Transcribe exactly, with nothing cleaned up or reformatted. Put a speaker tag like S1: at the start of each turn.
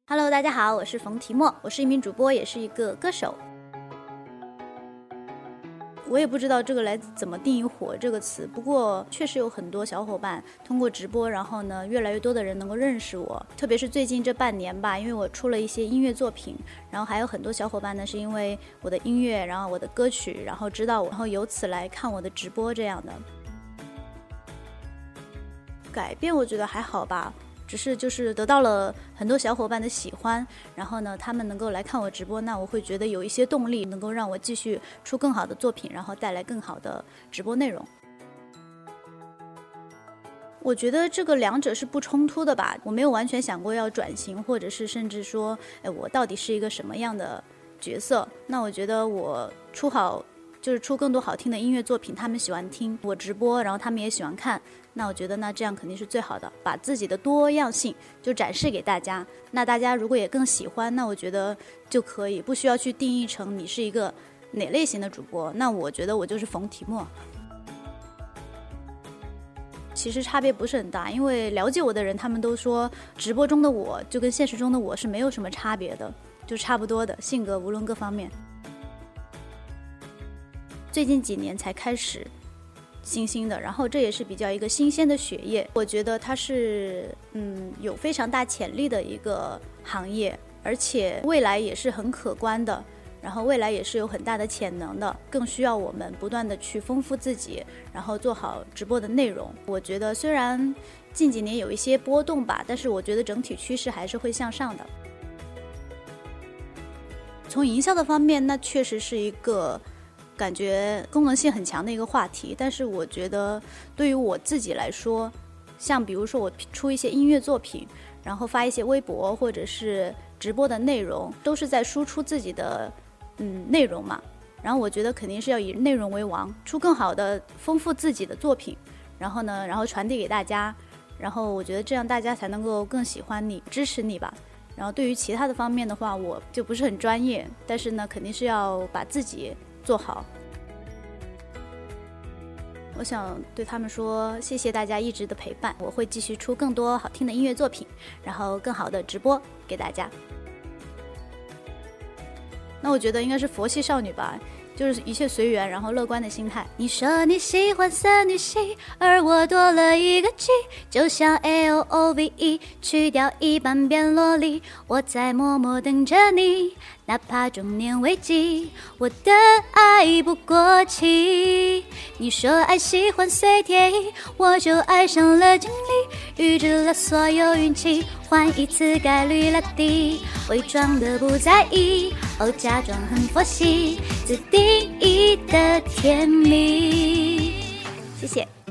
S1: Hello， 大家好，我是冯提莫，我是一名主播，也是一个歌手。我也不知道这个来怎么定义火这个词，不过确实有很多小伙伴通过直播，然后呢，越来越多的人能够认识我，特别是最近这半年吧，因为我出了一些音乐作品，然后还有很多小伙伴呢是因为我的音乐，然后我的歌曲，然后知道我，然后由此来看我的直播这样的。改变我觉得还好吧。只是就是得到了很多小伙伴的喜欢，然后呢，他们能够来看我直播，那我会觉得有一些动力，能够让我继续出更好的作品，然后带来更好的直播内容。我觉得这个两者是不冲突的吧，我没有完全想过要转型，或者是甚至说，哎，我到底是一个什么样的角色？那我觉得我出好。就是出更多好听的音乐作品，他们喜欢听我直播，然后他们也喜欢看，那我觉得那这样肯定是最好的，把自己的多样性就展示给大家，那大家如果也更喜欢，那我觉得就可以，不需要去定义成你是一个哪类型的主播，那我觉得我就是冯提莫。其实差别不是很大，因为了解我的人他们都说直播中的我就跟现实中的我是没有什么差别的，就差不多的性格，无论各方面。最近几年才开始新兴的，然后这也是比较一个新鲜的血液，我觉得它是嗯有非常大潜力的一个行业，而且未来也是很可观的，然后未来也是有很大的潜能的，更需要我们不断的去丰富自己，然后做好直播的内容。我觉得虽然近几年有一些波动吧，但是我觉得整体趋势还是会向上的。从营销的方面，那确实是一个感觉功能性很强的一个话题，但是我觉得对于我自己来说，像比如说我出一些音乐作品，然后发一些微博或者是直播的内容，都是在输出自己的嗯内容嘛，然后我觉得肯定是要以内容为王，出更好的丰富自己的作品，然后呢然后传递给大家，然后我觉得这样大家才能够更喜欢你，支持你吧。然后对于其他的方面的话，我就不是很专业，但是呢肯定是要把自己做好。我想对他们说，谢谢大家一直的陪伴，我会继续出更多好听的音乐作品，然后更好的直播给大家。那我觉得应该是佛系少女吧，就是一切随缘，然后乐观的心态。你说你喜欢三女系，而我多了一个 G， 就像 A O O V E 去掉一半变萝莉，我在默默等着你，哪怕中年危机，我的爱不过期。你说爱喜欢随贴意，我就爱上了经历，预知了所有运气，换一次概率拉低，伪装的不在意，哦，假装很佛系，自定义的甜蜜。谢谢。